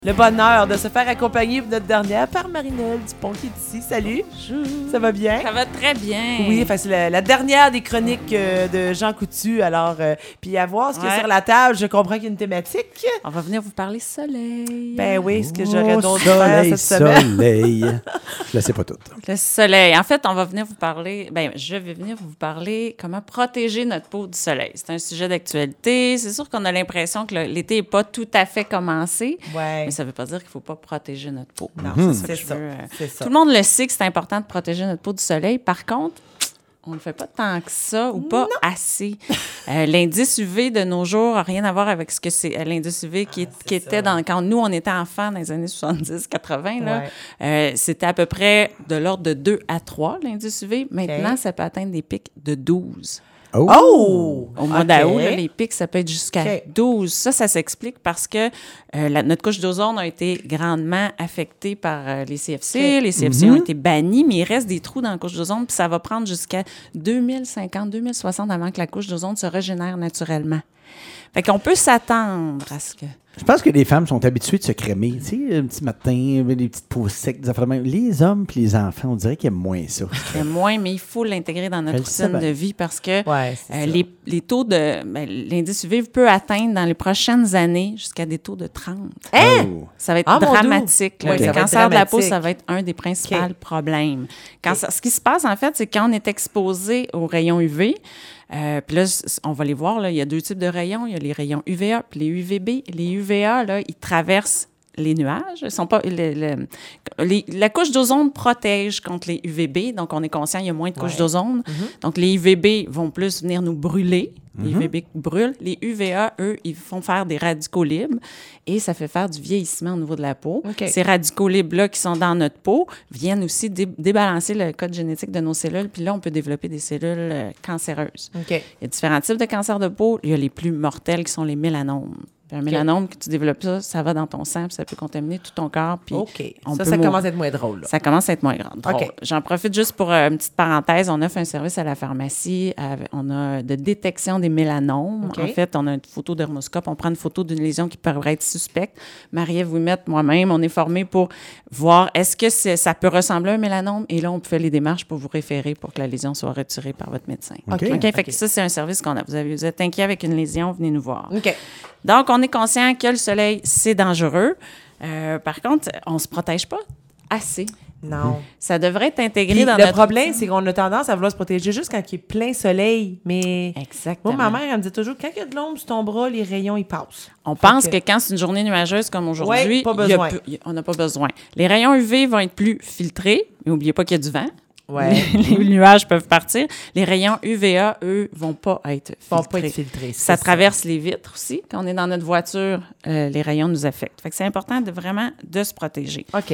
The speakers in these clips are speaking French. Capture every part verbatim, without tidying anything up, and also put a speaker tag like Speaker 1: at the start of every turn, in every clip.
Speaker 1: Le bonheur de se faire accompagner pour notre dernière par Marinelle Dupont qui est ici. Salut! Bonjour! Ça va bien?
Speaker 2: Ça va très bien.
Speaker 1: Oui, enfin, c'est la, la dernière des chroniques euh, de Jean Coutu. Alors, euh, puis à voir ce qu'il y a
Speaker 2: Ouais.
Speaker 1: sur la table, je comprends qu'il y a une thématique.
Speaker 2: On va venir vous parler soleil.
Speaker 1: Ben oui, ce que j'aurais
Speaker 3: Oh,
Speaker 1: d'autre à faire
Speaker 3: soleil,
Speaker 1: cette semaine.
Speaker 3: soleil. Je la sais pas toute.
Speaker 2: Le soleil. En fait, on va venir vous parler, ben je vais venir vous parler comment protéger notre peau du soleil. C'est un sujet d'actualité. C'est sûr qu'on a l'impression que le- l'été n'est pas tout à fait commencé,
Speaker 1: Ouais.
Speaker 2: mais ça ne veut pas dire qu'il ne faut pas protéger notre peau.
Speaker 1: Non,
Speaker 2: C'est
Speaker 1: c'est
Speaker 2: que je
Speaker 1: ça.
Speaker 2: veux, euh,
Speaker 1: C'est ça.
Speaker 2: Tout le monde le sait que c'est important de protéger notre peau du soleil. Par contre, on ne le fait pas tant que ça ou pas assez. Euh, l'indice U V de nos jours n'a rien à voir avec ce que c'est euh, l'indice U V qui, est-
Speaker 1: Ah, c'est
Speaker 2: qui était
Speaker 1: ça.
Speaker 2: dans, quand nous, on était enfants dans les années soixante-dix quatre-vingt. Là,
Speaker 1: Ouais.
Speaker 2: euh, c'était à peu près de l'ordre de deux à trois, l'indice U V. Maintenant,
Speaker 1: OK.
Speaker 2: ça peut atteindre des pics de douze.
Speaker 3: Oh!
Speaker 1: Oh!
Speaker 2: Au mois
Speaker 1: OK.
Speaker 2: d'août, là, les pics, ça peut être jusqu'à
Speaker 1: OK.
Speaker 2: douze. Ça, ça s'explique parce que euh, la- notre couche d'ozone a été grandement affectée par euh, les C F C.
Speaker 1: OK.
Speaker 2: Les C F C ont été bannis, mais il reste des trous dans la couche d'ozone, puis ça va prendre jusqu'à deux mille cinquante, deux mille soixante avant que la couche d'ozone se régénère naturellement. Fait qu'on peut s'attendre à ce que...
Speaker 3: Je pense que les femmes sont habituées de se crémer. Tu sais, un petit matin, des petites peaux secs, des affaires de même. Les hommes et les enfants, on dirait qu'ils aiment moins ça.
Speaker 2: Il y a moins, mais il faut l'intégrer dans notre
Speaker 3: Elle sait
Speaker 2: routine
Speaker 3: bien.
Speaker 2: de vie parce que
Speaker 1: Ouais, c'est
Speaker 2: euh,
Speaker 1: ça.
Speaker 2: les, les taux de... ben, l'indice U V peut atteindre dans les prochaines années jusqu'à des taux de trente.
Speaker 3: Oh.
Speaker 2: Ça va être
Speaker 1: Ah, mon
Speaker 2: dramatique. là.
Speaker 1: Dieu. Oui,
Speaker 2: le
Speaker 1: ça va être
Speaker 2: cancer de la peau,
Speaker 1: dramatique.
Speaker 2: ça va être un des principaux
Speaker 1: OK.
Speaker 2: problèmes. Quand ça- ce qui se passe, en fait, c'est quand on est exposé aux rayons U V, euh, puis là, c- on va les voir, là, il y a deux types de rayons. Il y a les rayons U V A puis les U V B. Les U V A, là, ils traversent les nuages. Ils sont pas, le- le- les- la couche d'ozone protège contre les U V B, donc on est conscient qu'il y a moins de couches
Speaker 1: Ouais.
Speaker 2: d'ozone. Donc, les U V B vont plus venir nous brûler. Les U V B brûlent. Les U V A, eux, ils font faire des radicaux libres et ça fait faire du vieillissement au niveau de la peau.
Speaker 1: OK.
Speaker 2: Ces radicaux libres-là qui sont dans notre peau viennent aussi dé- débalancer le code génétique de nos cellules, puis là, on peut développer des cellules euh, cancéreuses.
Speaker 1: OK.
Speaker 2: Il y a différents types de cancers de peau. Il y a les plus mortels qui sont les mélanomes. Puis un mélanome, que tu développes ça, ça va dans ton sang, puis ça peut contaminer tout ton corps. Puis
Speaker 1: OK.
Speaker 2: on
Speaker 1: Ça,
Speaker 2: peut
Speaker 1: ça
Speaker 2: mourir.
Speaker 1: commence à être moins drôle. Là.
Speaker 2: Ça commence à être moins grand. drôle.
Speaker 1: OK.
Speaker 2: J'en profite juste pour euh, une petite parenthèse. On offre un service à la pharmacie. avec- on a de détection des mélanomes.
Speaker 1: OK.
Speaker 2: En fait, on a une photo dermoscope. On prend une photo d'une lésion qui pourrait être suspecte. Marie-Ève Ouimet, moi-même, on est formés pour voir est-ce que c'est- ça peut ressembler à un mélanome. Et là, on fait les démarches pour vous référer pour que la lésion soit retirée par votre médecin.
Speaker 3: OK.
Speaker 2: OK? Fait
Speaker 1: OK.
Speaker 2: que ça, c'est un service qu'on a. Vous, avez, vous êtes inquiet avec une lésion, venez nous voir.
Speaker 1: OK.
Speaker 2: Donc, on est conscient que le soleil, c'est dangereux. Euh, par contre, on ne se protège pas assez.
Speaker 1: Non.
Speaker 2: Ça devrait être intégré
Speaker 1: Puis
Speaker 2: dans
Speaker 1: le
Speaker 2: notre
Speaker 1: problème,
Speaker 2: routine.
Speaker 1: c'est qu'on a tendance à vouloir se protéger juste quand il y a plein soleil. Mais
Speaker 2: Exactement.
Speaker 1: moi, ma mère, elle me dit toujours, quand il y a de l'ombre sur ton bras, les rayons, ils passent.
Speaker 2: On pense
Speaker 1: Fait
Speaker 2: que...
Speaker 1: que-
Speaker 2: quand c'est une journée nuageuse comme aujourd'hui,
Speaker 1: Ouais, pas
Speaker 2: il y a
Speaker 1: besoin.
Speaker 2: peu- il y a- on n'a pas besoin. Les rayons U V vont être plus filtrés, mais n'oubliez pas qu'il y a du vent.
Speaker 1: Ouais.
Speaker 2: Les, les nuages peuvent partir. Les rayons U V A, eux, vont pas être
Speaker 1: Ils vont
Speaker 2: filtrés.
Speaker 1: pas être filtrés.
Speaker 2: Ça
Speaker 1: c'est
Speaker 2: traverse les vitres aussi. Quand on est dans notre voiture, euh, les rayons nous affectent. Fait que c'est important de vraiment de se protéger.
Speaker 1: OK.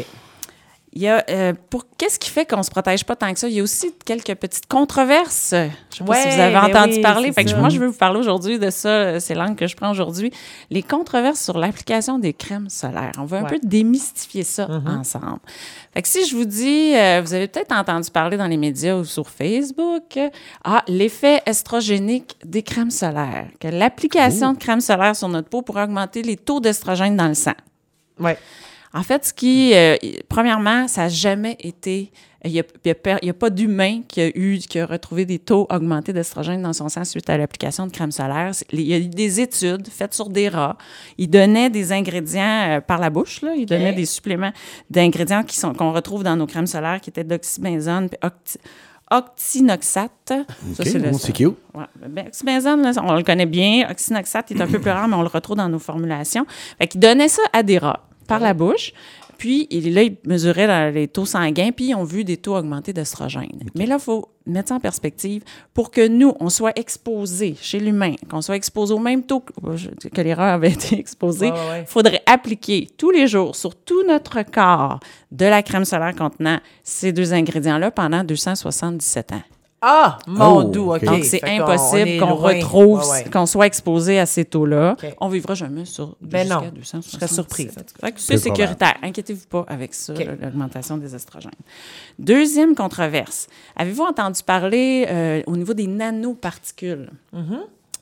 Speaker 2: Il y a, euh, pour qu'est-ce qui fait qu'on se protège pas tant que ça? Il y a aussi quelques petites controverses. Je sais pas si
Speaker 1: Ouais,
Speaker 2: vous avez
Speaker 1: ben
Speaker 2: entendu
Speaker 1: oui,
Speaker 2: parler.
Speaker 1: c'est
Speaker 2: Fait que
Speaker 1: ça.
Speaker 2: moi, je veux vous parler aujourd'hui de ça. euh, C'est l'angle que je prends aujourd'hui. Les controverses sur l'application des crèmes solaires. On va un
Speaker 1: Ouais.
Speaker 2: peu démystifier ça ensemble. Fait que si je vous dis, euh, vous avez peut-être entendu parler dans les médias ou sur Facebook, euh, ah, l'effet estrogénique des crèmes solaires. Que l'application de crème solaire sur notre peau pourrait augmenter les taux d'estrogène dans le sang.
Speaker 1: Ouais.
Speaker 2: En fait, ce qui, euh, premièrement, ça n'a jamais été, il n'y a, il y a per- il y a pas d'humain qui a eu, qui a retrouvé des taux augmentés d'estrogène dans son sang suite à l'application de crème solaire. C'est- Il y a eu des études faites sur des rats. Ils donnaient des ingrédients euh, par la bouche, là. Ils donnaient des suppléments d'ingrédients qui sont, qu'on retrouve dans nos crèmes solaires, qui étaient d'oxybenzone, puis octi- octinoxate. Ça,
Speaker 3: OK,
Speaker 2: c'est le-
Speaker 3: bon, c'est cute.
Speaker 2: Ouais. Ben, oxybenzone, là, on le connaît bien. Oxynoxate est un peu plus rare, mais on le retrouve dans nos formulations. Fait qu'ils donnaient ça à des rats par la bouche. Puis il- là, ils mesuraient la- les taux sanguins, puis ils ont vu des taux augmentés d'estrogène. Mais là, il faut mettre ça en perspective. Pour que nous, on soit exposés chez l'humain, qu'on soit exposé au même taux que, que les rats avaient été exposés, il
Speaker 1: Ouais, ouais, ouais.
Speaker 2: faudrait appliquer tous les jours sur tout notre corps de la crème solaire contenant ces deux ingrédients-là pendant deux cent soixante-dix-sept ans.
Speaker 1: Ah, mon
Speaker 3: Oh,
Speaker 1: doux, OK.
Speaker 3: OK.
Speaker 2: Donc, c'est
Speaker 1: Fait qu'on- on
Speaker 2: impossible
Speaker 1: est
Speaker 2: qu'on
Speaker 1: loin.
Speaker 2: retrouve,
Speaker 1: Ouais, ouais.
Speaker 2: qu'on soit exposé à ces taux-là.
Speaker 1: OK.
Speaker 2: On vivra jamais sur
Speaker 1: Ben
Speaker 2: jusqu'à
Speaker 1: non,
Speaker 2: deux cent soixante-dix.
Speaker 1: je serais surprise, en tout cas.
Speaker 2: Fait que c'est
Speaker 3: Peu probable.
Speaker 2: sécuritaire. Inquiétez-vous pas avec ça,
Speaker 1: OK.
Speaker 2: là, l'augmentation des estrogènes. Deuxième controverse. Avez-vous entendu parler euh, au niveau des nanoparticules?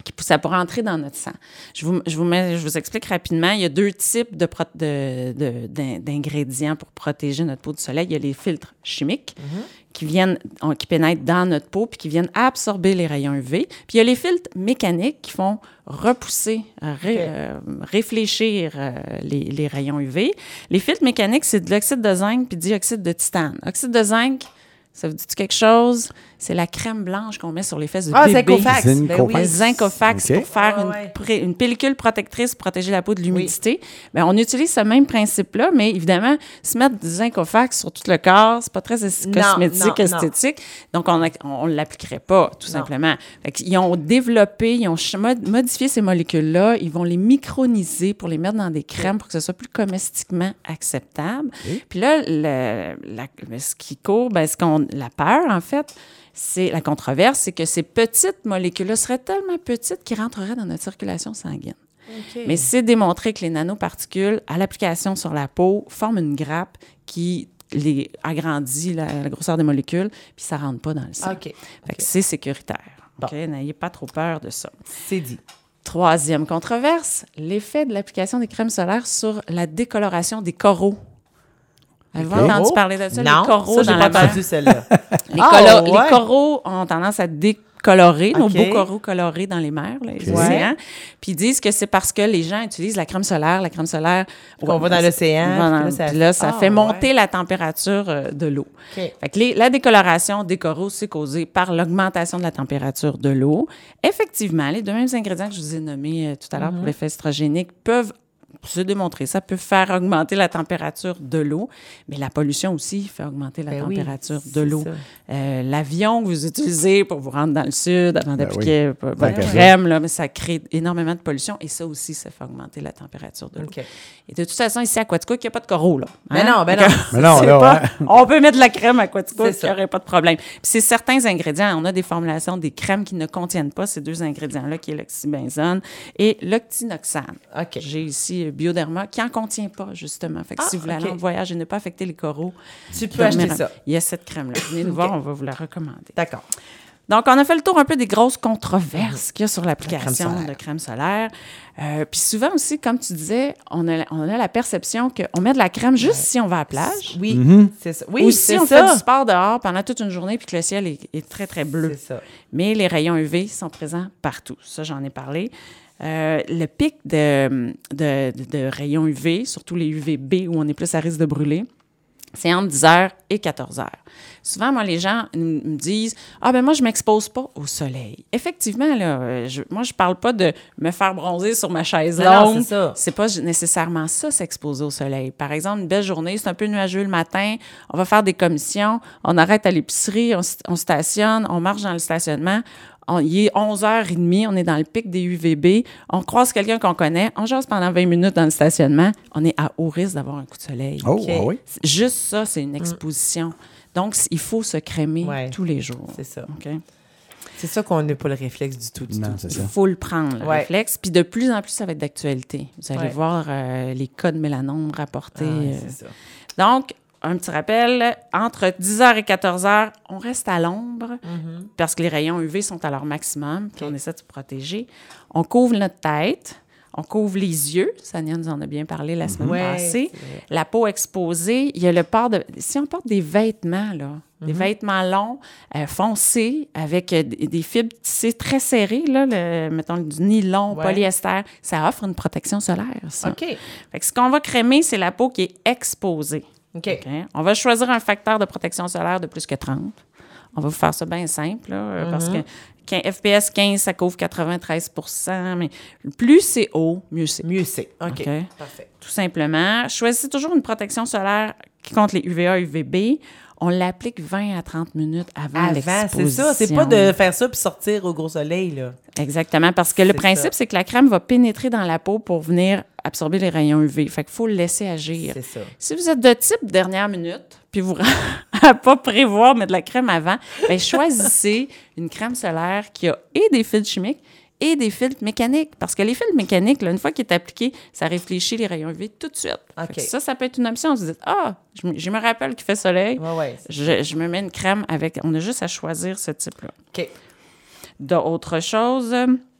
Speaker 2: qui, ça pourrait entrer dans notre sang. Je vous, je vous, mets, je vous explique rapidement. Il y a deux types de, pro, de, de, d'in, d'ingrédients pour protéger notre peau du soleil. Il y a les filtres chimiques mm-hmm. qui viennent, qui pénètrent dans notre peau puis qui viennent absorber les rayons U V. Puis il y a les filtres mécaniques qui font repousser, ré, okay. euh, réfléchir euh, les, les rayons U V. Les filtres mécaniques, c'est de l'oxyde de zinc puis dioxyde de titane. Oxyde de zinc, ça vous dit quelque chose? C'est la crème blanche qu'on met sur les fesses de
Speaker 1: ah,
Speaker 2: bébé.
Speaker 1: Ah, Zincofax. Ben oui.
Speaker 2: Zincofax okay. pour faire ah, une, ouais. pré, une pellicule protectrice pour protéger la peau de l'humidité. Oui. Bien, on utilise ce même principe-là, mais évidemment, se mettre du Zincofax sur tout le corps, c'est pas très cosmétique, non, non, esthétique. Non. Donc, on ne l'appliquerait pas, tout non. simplement. Fait qu'ils ont développé, ils ont modifié ces molécules-là, ils vont les microniser pour les mettre dans des crèmes oui. pour que ce soit plus comestiquement acceptable. Oui. Puis là, le, la, ce qui court, bien, ce qu'on, la peur, en fait, c'est la controverse, c'est que ces petites molécules-là seraient tellement petites qu'ils rentreraient dans notre circulation sanguine. Okay. Mais c'est démontré que les nanoparticules, à l'application sur la peau, forment une grappe qui les agrandit la, la grosseur des molécules, puis ça ne rentre pas dans le sang.
Speaker 1: Okay.
Speaker 2: Fait okay. que c'est sécuritaire. Bon. Okay? N'ayez pas trop peur de ça.
Speaker 1: C'est dit.
Speaker 2: Troisième controverse, l'effet de l'application des crèmes solaires sur la décoloration des coraux. Avez-vous okay. entendu parler de ça?
Speaker 1: Non,
Speaker 2: les coraux
Speaker 1: ça,
Speaker 2: dans la
Speaker 1: pas entendu celle-là.
Speaker 2: les, oh, colo- ouais. les coraux ont tendance à décolorer, okay. nos beaux coraux colorés dans les mers, là, les okay. océans. Puis ils disent que c'est parce que les gens utilisent la crème solaire. La crème solaire...
Speaker 1: On va dans l'océan.
Speaker 2: Dans, puis là, ça, puis là, ça oh, fait monter ouais. la température euh, de l'eau. Okay. Fait que les, la décoloration des coraux, c'est causé par l'augmentation de la température de l'eau. Effectivement, les deux mêmes ingrédients que je vous ai nommés euh, tout à l'heure mm-hmm. pour l'effet estrogénique peuvent c'est démontré. Ça peut faire augmenter la température de l'eau, mais la pollution aussi fait augmenter la ben température oui, de l'eau. Euh, l'avion que vous utilisez pour vous rendre dans le sud avant ben d'appliquer oui. votre crème, là, mais ça crée énormément de pollution et ça aussi, ça fait augmenter la température de l'eau. Okay. Et de toute façon, ici à Quaticook, il n'y a pas de coraux. Là. Hein?
Speaker 1: Ben non, ben non.
Speaker 3: Mais non là,
Speaker 2: pas, ouais. On peut mettre de la crème à Quaticook, il n'y aurait pas de problème. Puis c'est certains ingrédients, on a des formulations, des crèmes qui ne contiennent pas ces deux ingrédients-là, qui est l'oxybenzone et l'octinoxane. Okay. J'ai ici Bioderma, qui n'en contient pas, justement. Fait que ah, si vous voulez okay. aller en voyage et ne pas affecter les coraux,
Speaker 1: tu peux acheter ça.
Speaker 2: Il y a cette crème-là. Venez nous okay. voir, on va vous la recommander.
Speaker 1: D'accord.
Speaker 2: Donc, on a fait le tour un peu des grosses controverses qu'il y a sur l'application crème de crème solaire. Euh, puis souvent aussi, comme tu disais, on a, on a la perception qu'on met de la crème juste ouais. si on va à la plage.
Speaker 1: Oui, mm-hmm. c'est ça. Oui,
Speaker 2: ou
Speaker 1: c'est
Speaker 2: si on
Speaker 1: ça.
Speaker 2: fait du sport dehors pendant toute une journée puis que le ciel est, est très, très bleu.
Speaker 1: C'est ça.
Speaker 2: Mais les rayons U V sont présents partout. Ça, j'en ai parlé. Euh, le pic de, de, de, de rayons U V, surtout les U V B où on est plus à risque de brûler, c'est entre dix heures et quatorze heures. Souvent, moi, les gens me disent « Ah, ben moi, je ne m'expose pas au soleil. » Effectivement, là, je, moi, je ne parle pas de me faire bronzer sur ma chaise longue.
Speaker 1: Non, c'est ça.
Speaker 2: C'est pas nécessairement ça, s'exposer au soleil. Par exemple, une belle journée, c'est un peu nuageux le matin, on va faire des commissions, on arrête à l'épicerie, on, on stationne, on marche dans le stationnement. On, il est onze heures trente, on est dans le pic des U V B, on croise quelqu'un qu'on connaît, on jase pendant vingt minutes dans le stationnement, on est à haut risque d'avoir un coup de soleil.
Speaker 3: Oh, okay. ah oui?
Speaker 2: Juste ça, c'est une exposition. Mm. Donc, il faut se crémer ouais. tous les jours.
Speaker 1: C'est ça.
Speaker 2: Okay?
Speaker 1: C'est ça qu'on n'a pas le réflexe du tout, du
Speaker 3: non,
Speaker 1: tout.
Speaker 3: C'est ça.
Speaker 2: Il faut le prendre, le ouais. réflexe. Puis de plus en plus, ça va être d'actualité. Vous allez ouais. voir euh, les cas de mélanome rapportés.
Speaker 1: Ah, ouais,
Speaker 2: euh.
Speaker 1: c'est ça.
Speaker 2: Donc, un petit rappel, entre dix heures et quatorze heures, on reste à l'ombre mm-hmm. parce que les rayons U V sont à leur maximum, puis okay. on essaie de se protéger. On couvre notre tête, on couvre les yeux. Sania nous en a bien parlé la semaine ouais, passée. La peau exposée, il y a le port de... Si on porte des vêtements, là, mm-hmm. des vêtements longs, euh, foncés, avec euh, des fibres tissées très serrées, là, le, mettons du nylon, ouais. polyester, ça offre une protection solaire, ça.
Speaker 1: OK.
Speaker 2: Fait que ce qu'on va crémer, c'est la peau qui est exposée.
Speaker 1: Okay.
Speaker 2: Okay. On va choisir un facteur de protection solaire de plus que trente. On va vous faire ça bien simple, là, mm-hmm. parce que F P S quinze, ça couvre quatre-vingt-treize pour cent, mais plus c'est haut, mieux c'est.
Speaker 1: Mieux c'est. OK.
Speaker 2: Okay?
Speaker 1: Parfait.
Speaker 2: Tout simplement. Choisissez toujours une protection solaire qui compte les U V A, U V B. On l'applique vingt à trente minutes avant, avant l'exposition.
Speaker 1: C'est ça. C'est pas de faire ça puis sortir au gros soleil, là.
Speaker 2: Exactement. Parce que le c'est principe, ça. c'est que la crème va pénétrer dans la peau pour venir absorber les rayons U V. Fait qu'il faut le laisser agir.
Speaker 1: C'est ça.
Speaker 2: Si vous êtes de type dernière minute, puis vous à pas prévoir mettre de la crème avant, bien, choisissez une crème solaire qui a et des filtres chimiques et des filtres mécaniques. Parce que les filtres mécaniques, là, une fois qu'il est appliqué, ça réfléchit les rayons U V tout de suite. Okay. Ça, ça peut être une option. Vous dites, ah, je, je me rappelle qu'il fait soleil.
Speaker 1: Ouais, ouais,
Speaker 2: je, je me mets une crème avec... On a juste à choisir ce type-là.
Speaker 1: OK.
Speaker 2: D'autres choses...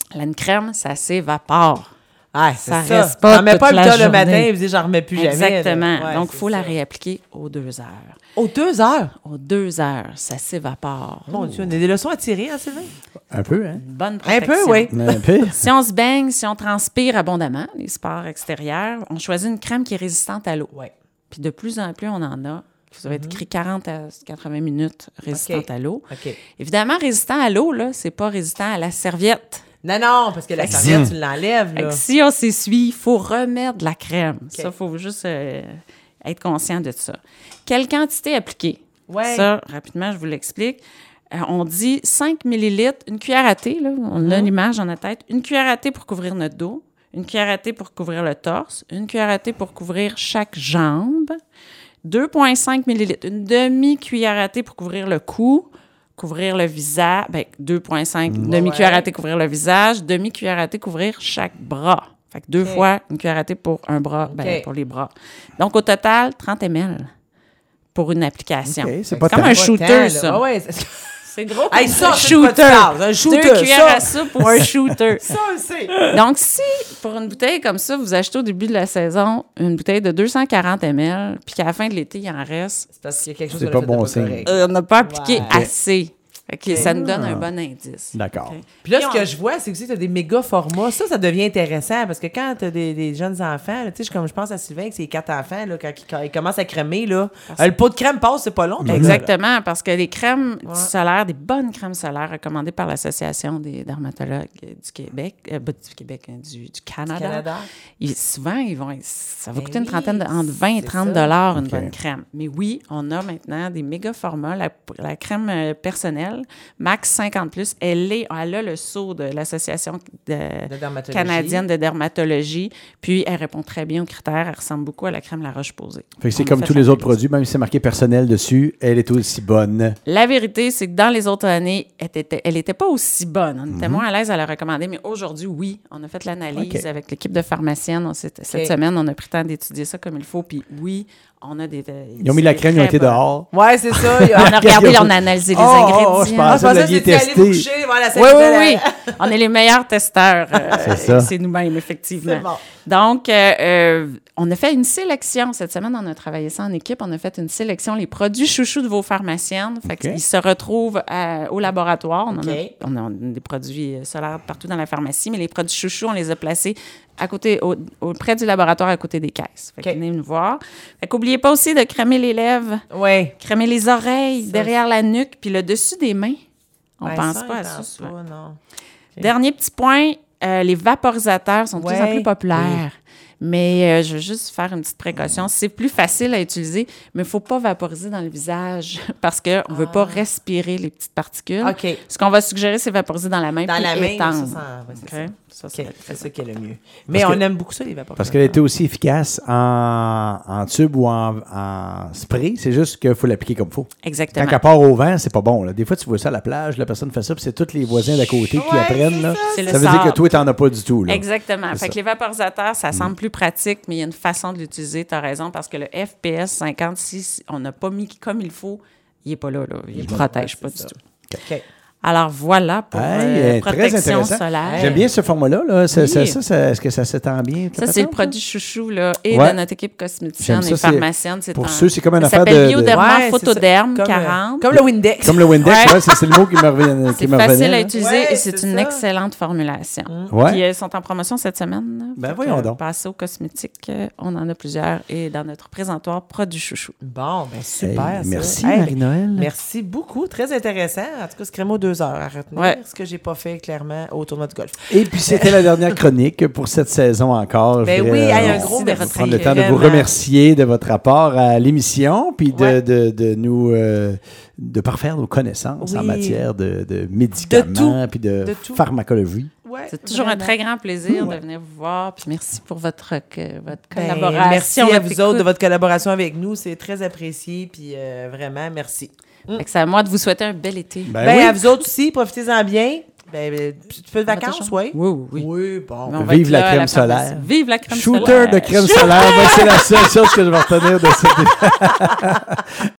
Speaker 2: Une crème, ça s'évapore.
Speaker 1: Ah, c'est
Speaker 2: Ça
Speaker 1: ça.
Speaker 2: reste pas
Speaker 1: T'en mets
Speaker 2: toute
Speaker 1: pas
Speaker 2: la
Speaker 1: le temps le
Speaker 2: journée.
Speaker 1: matin et vous dites, j'en remets plus jamais.
Speaker 2: Exactement.
Speaker 1: là. Ouais,
Speaker 2: Donc, il
Speaker 1: c'est
Speaker 2: faut la
Speaker 1: ça.
Speaker 2: réappliquer aux deux heures.
Speaker 1: Aux deux heures?
Speaker 2: Aux deux heures, ça s'évapore.
Speaker 1: Mon Dieu, on a des leçons à tirer, hein, Sylvain?
Speaker 3: Un peu, hein?
Speaker 2: Une bonne
Speaker 1: Un
Speaker 2: protection.
Speaker 1: peu, oui.
Speaker 3: Un peu.
Speaker 2: Si on se baigne, si on transpire abondamment, les sports extérieurs, on choisit une crème qui est résistante à l'eau.
Speaker 1: Oui.
Speaker 2: Puis de plus en plus, on en a. Ça va être écrit quarante à quatre-vingts minutes résistante
Speaker 1: OK.
Speaker 2: à l'eau.
Speaker 1: OK.
Speaker 2: Évidemment, résistant à l'eau, là, c'est pas résistant à la serviette.
Speaker 1: Non, non, parce que la
Speaker 2: Fait que
Speaker 1: serviette, tu l'enlèves,
Speaker 2: Fait
Speaker 1: là.
Speaker 2: que si on s'essuie, il faut remettre de la crème.
Speaker 1: OK.
Speaker 2: Ça, il faut juste euh, être conscient de ça. Quelle quantité appliquée?
Speaker 1: Ouais.
Speaker 2: Ça, rapidement, je vous l'explique. Euh, on dit cinq millilitres, une cuillère à thé, là, on a l'image dans notre tête, une cuillère à thé pour couvrir notre dos, une cuillère à thé pour couvrir le torse, une cuillère à thé pour couvrir chaque jambe, deux virgule cinq millilitres, une demi-cuillère à thé pour couvrir le cou, couvrir le visage, ben, deux virgule cinq demi-cuillère à thé couvrir le visage, demi-cuillère à thé couvrir chaque bras. Fait que deux
Speaker 1: OK.
Speaker 2: fois une cuillère à thé pour un bras, ben,
Speaker 1: OK.
Speaker 2: pour les bras. Donc, au total, trente millilitres pour une application.
Speaker 3: OK, c'est
Speaker 2: C'est
Speaker 3: pas
Speaker 2: comme
Speaker 3: tant.
Speaker 2: un
Speaker 1: Pas
Speaker 2: shooter,
Speaker 1: tant, là.
Speaker 2: ça.
Speaker 1: Ah ouais, c'est-
Speaker 2: C'est gros.
Speaker 1: Hey, ça,
Speaker 2: un
Speaker 1: c'est de quoi tu
Speaker 2: shooter.
Speaker 1: parles, un shooter,
Speaker 2: Deux cuillères
Speaker 1: ça.
Speaker 2: à soupe pour un shooter.
Speaker 1: ça, on le sait.
Speaker 2: Donc, si, pour une bouteille comme ça, vous achetez au début de la saison une bouteille de deux cent quarante millilitres, puis qu'à la fin de l'été, il en reste,
Speaker 1: C'est parce qu'il y a quelque chose
Speaker 3: C'est
Speaker 1: qu'on a
Speaker 3: pas
Speaker 1: fait de
Speaker 3: bon
Speaker 1: pas
Speaker 3: signe.
Speaker 1: correct.
Speaker 2: euh, on n'a pas appliqué
Speaker 1: Ouais.
Speaker 2: assez. Fait que ça nous donne un bon indice.
Speaker 3: D'accord.
Speaker 2: OK.
Speaker 1: Puis là,
Speaker 2: Puis
Speaker 1: ce
Speaker 2: on-
Speaker 1: que je vois, c'est aussi que tu as des méga formats. Ça, ça devient intéressant parce que quand tu as des, des jeunes enfants, là, tu sais, comme je pense à Sylvain, avec ses quatre enfants, là, quand, il, quand il commence à crémer, là, euh, le pot de crème passe, c'est pas long. déjà, là.
Speaker 2: Exactement, parce que les crèmes
Speaker 1: Ouais.
Speaker 2: solaires, des bonnes crèmes solaires recommandées par l'Association des dermatologues du Québec, euh, pas du Québec, hein, du, du Canada,
Speaker 1: Canada.
Speaker 2: ils- souvent, ils vont, ça va
Speaker 1: Ben
Speaker 2: coûter une
Speaker 1: oui,
Speaker 2: trentaine, de, entre vingt et
Speaker 1: c'est
Speaker 2: trente
Speaker 1: ça.
Speaker 2: dollars une
Speaker 3: OK.
Speaker 2: bonne crème. Mais oui, on a maintenant des méga formats. La, la crème euh, personnelle, Max cinquante plus, elle, est, elle a le sceau de l'Association de-
Speaker 1: De dermatologie.
Speaker 2: canadienne de dermatologie, puis elle répond très bien aux critères. Elle ressemble beaucoup à la crème La Roche-Posay.
Speaker 3: Fait que c'est
Speaker 2: On a
Speaker 3: comme
Speaker 2: fait
Speaker 3: tous les autres
Speaker 2: fabriquer.
Speaker 3: produits, même si c'est marqué personnel dessus, elle est aussi bonne.
Speaker 2: La vérité, c'est que dans les autres années, elle était, elle était pas aussi bonne. On
Speaker 3: Mhm.
Speaker 2: était moins à l'aise à la recommander, mais aujourd'hui, oui, on a fait l'analyse
Speaker 3: OK.
Speaker 2: avec l'équipe de pharmaciennes. On s'est- Cette
Speaker 1: OK.
Speaker 2: semaine, on a pris le temps d'étudier ça comme il faut, puis oui, on a des...
Speaker 3: Ils ont mis la crème, ils ont été dehors.
Speaker 1: Ouais, c'est ça. Il y a-
Speaker 2: On a regardé, on a analysé les
Speaker 3: Oh, oh,
Speaker 2: ingrédients.
Speaker 3: je
Speaker 1: Ah,
Speaker 3: pense-
Speaker 1: je pensais
Speaker 3: vous
Speaker 1: que
Speaker 3: l'aviez
Speaker 1: c'était aller
Speaker 3: testé.
Speaker 1: vous coucher, voilà, ça,
Speaker 2: Oui,
Speaker 1: c'était
Speaker 2: oui,
Speaker 1: la-
Speaker 2: oui. On est les meilleurs testeurs. euh,
Speaker 3: C'est ça.
Speaker 2: C'est nous-mêmes, effectivement.
Speaker 1: C'est bon.
Speaker 2: Donc, euh, euh, on a fait une sélection. Cette semaine, on a travaillé ça en équipe. On a fait une sélection, les produits chouchous de vos pharmaciennes. Fait
Speaker 3: OK.
Speaker 2: qu'ils se retrouvent à- au laboratoire. On, en
Speaker 1: OK.
Speaker 2: a, on a des produits solaires partout dans la pharmacie, mais les produits chouchous, on les a placés à côté, au, au- près du laboratoire, à côté des caisses. Fait
Speaker 1: OK.
Speaker 2: venez nous voir. Fait qu'oubliez pas aussi de crémer les lèvres,
Speaker 1: Ouais.
Speaker 2: crémer les oreilles,
Speaker 1: Ça,
Speaker 2: derrière la nuque, puis le dessus des mains. On
Speaker 1: Ben,
Speaker 2: pense
Speaker 1: ça,
Speaker 2: pas à
Speaker 1: il
Speaker 2: ça
Speaker 1: pense
Speaker 2: souvent.
Speaker 1: pas, non.
Speaker 2: Dernier petit point, euh, les vaporisateurs sont de plus en
Speaker 1: Ouais.
Speaker 2: plus populaires. Mais euh, je veux juste faire une petite précaution. C'est plus facile à utiliser, mais il ne faut pas vaporiser dans le visage parce qu'on ne veut pas respirer les petites particules.
Speaker 1: OK.
Speaker 2: Ce qu'on va suggérer, c'est vaporiser dans la main
Speaker 1: Dans
Speaker 2: puis
Speaker 1: la main,
Speaker 2: étendre.
Speaker 1: ça, ça, ouais, c'est
Speaker 2: OK?
Speaker 1: ça.
Speaker 2: Ça, ça
Speaker 1: OK,
Speaker 2: va être
Speaker 1: c'est
Speaker 2: très
Speaker 1: ça qui est le mieux. Mais
Speaker 3: Parce
Speaker 1: on
Speaker 3: que-
Speaker 1: aime beaucoup ça, les vaporisateurs.
Speaker 3: Parce qu'elle a été aussi efficace en, en tube ou en, en spray. C'est juste qu'il faut l'appliquer comme il faut.
Speaker 2: Exactement.
Speaker 3: Quand elle part au vent, c'est pas bon. Là. Des fois, tu vois ça à la plage, la personne fait ça, puis c'est tous les voisins d'à côté qui
Speaker 1: Ouais,
Speaker 3: apprennent.
Speaker 1: c'est
Speaker 3: Là.
Speaker 1: ça,
Speaker 2: c'est
Speaker 3: Ça
Speaker 2: le
Speaker 3: veut dire
Speaker 2: sable.
Speaker 3: que toi, t'en as pas du tout. Là.
Speaker 2: Exactement.
Speaker 3: C'est
Speaker 2: Fait
Speaker 3: ça.
Speaker 2: que les vaporisateurs, ça semble plus pratique, mais il y a une façon de l'utiliser. Tu as raison, parce que le F P S cinquante, si on n'a pas mis comme il faut, il n'est pas là. là. Il ne protège pas
Speaker 1: c'est
Speaker 2: du
Speaker 1: ça.
Speaker 2: tout.
Speaker 1: OK.
Speaker 2: Alors voilà pour
Speaker 3: Hey,
Speaker 2: euh,
Speaker 3: euh, très
Speaker 2: protection
Speaker 3: intéressant.
Speaker 2: solaire.
Speaker 3: J'aime bien ce format-là. Là. Ça,
Speaker 2: Oui.
Speaker 3: ça, ça, ça- est-ce que ça s'étend bien?
Speaker 2: Ça, c'est le produit chouchou là, et
Speaker 3: Ouais.
Speaker 2: de notre équipe cosméticienne
Speaker 3: J'aime ça,
Speaker 2: et
Speaker 3: c'est-
Speaker 2: pharmacienne. C'est
Speaker 3: pour
Speaker 2: un-
Speaker 3: ceux, c'est comme une
Speaker 2: ça
Speaker 3: affaire
Speaker 2: s'appelle
Speaker 3: de- de-
Speaker 2: Bioderma
Speaker 1: Ouais, c'est
Speaker 2: Photoderm
Speaker 1: ça. Comme, euh,
Speaker 2: quarante.
Speaker 1: Comme le Windex.
Speaker 3: Comme le Windex,
Speaker 2: Ouais.
Speaker 3: ouais, ça, c'est le mot qui me revient. qui
Speaker 2: C'est
Speaker 3: me
Speaker 2: facile
Speaker 3: revenait,
Speaker 2: à
Speaker 3: là.
Speaker 2: utiliser
Speaker 1: Ouais,
Speaker 2: et c'est
Speaker 1: c'est
Speaker 2: une
Speaker 1: ça.
Speaker 2: excellente formulation.
Speaker 3: Ouais.
Speaker 2: Puis elles sont en promotion cette semaine. là.
Speaker 3: Ben
Speaker 2: Fait
Speaker 3: voyons
Speaker 2: que,
Speaker 3: donc.
Speaker 2: Passez aux cosmétiques, euh, on en a plusieurs et dans notre présentoir produits chouchou.
Speaker 1: Bon, ben super.
Speaker 3: Hey,
Speaker 1: ça.
Speaker 3: merci,
Speaker 1: Hey,
Speaker 3: Marie-Noël.
Speaker 1: Merci beaucoup. Très intéressant. En tout cas, ce crémeau deux heures à retenir.
Speaker 2: Ouais.
Speaker 1: Ce que j'ai pas fait, clairement, au tournoi de golf.
Speaker 3: Et puis, c'était la dernière chronique pour cette saison encore.
Speaker 1: Ben
Speaker 3: Je
Speaker 1: oui,
Speaker 3: voudrais,
Speaker 1: hey, un
Speaker 3: euh,
Speaker 1: gros
Speaker 3: on va
Speaker 2: merci.
Speaker 3: prendre le temps de vous
Speaker 1: Vraiment.
Speaker 3: remercier de votre rapport à l'émission, puis de,
Speaker 1: Ouais.
Speaker 3: de, de nous euh, de parfaire nos connaissances
Speaker 1: Oui.
Speaker 3: en matière de, de médicaments, puis de,
Speaker 1: De tout.
Speaker 3: pharmacologie.
Speaker 1: Ouais,
Speaker 2: C'est toujours un
Speaker 1: vraiment.
Speaker 2: très grand plaisir
Speaker 1: Ouais.
Speaker 2: de venir vous voir. Puis merci pour votre, que- votre
Speaker 1: Ben,
Speaker 2: collaboration.
Speaker 1: merci à
Speaker 2: votre
Speaker 1: vous
Speaker 2: écoute.
Speaker 1: autres de votre collaboration avec nous. C'est très apprécié. Puis euh, vraiment, merci.
Speaker 2: Fait que c'est à moi de vous souhaiter un bel été.
Speaker 3: Ben
Speaker 1: Ben,
Speaker 3: oui.
Speaker 1: à vous autres aussi, profitez-en bien. Ben, ben, petit peu de
Speaker 2: On va
Speaker 1: vacances,
Speaker 2: toujours-
Speaker 1: oui.
Speaker 2: Oui, oui, oui.
Speaker 1: Oui, bon.
Speaker 2: Mais on va
Speaker 3: Vive
Speaker 2: être
Speaker 3: la
Speaker 2: là à
Speaker 3: crème
Speaker 2: pharmacie.
Speaker 3: solaire.
Speaker 2: Vive la crème
Speaker 3: Shooter
Speaker 2: solaire.
Speaker 3: de crème solaire, moi, c'est la seule chose que je vais retenir de cette